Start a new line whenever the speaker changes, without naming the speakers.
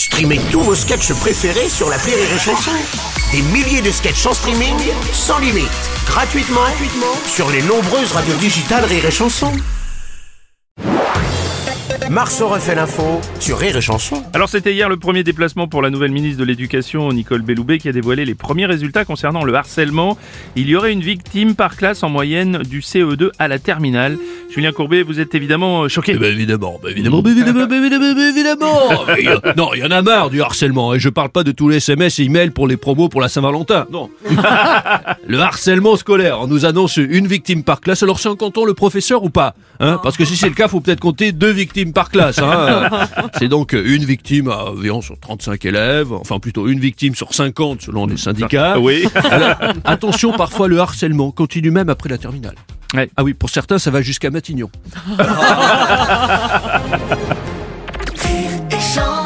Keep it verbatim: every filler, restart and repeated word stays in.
Streamez tous vos sketchs préférés sur l'appli Rire et Chanson. Des milliers de sketchs en streaming, sans limite, gratuitement, gratuitement sur les nombreuses radios digitales Rire et Chanson. Marceau refait l'info sur Rire et Chanson.
Alors c'était hier le premier déplacement pour la nouvelle ministre de l'Éducation, Nicole Belloubet, qui a dévoilé les premiers résultats concernant le harcèlement. Il y aurait une victime par classe en moyenne du C E deux à la terminale. Julien Courbet, vous êtes évidemment choqué.
Eh ben évidemment, ben évidemment, ben évidemment, ben évidemment, ben évidemment. Mais, euh, non, il y en a marre du harcèlement. Et je parle pas de tous les S M S et emails pour les promos pour la Saint-Valentin. Non. Le harcèlement scolaire. On nous annonce une victime par classe. Alors c'est en comptant le professeur ou pas, hein? Parce que si c'est le cas, faut peut-être compter deux victimes par classe. Hein. C'est donc une victime à environ sur trente-cinq élèves. Enfin plutôt une victime sur cinquante selon les syndicats.
Oui.
Alors, attention, parfois le harcèlement continue même après la terminale.
Ouais.
Ah oui, pour certains, ça va jusqu'à Matignon.
Rire et chanson.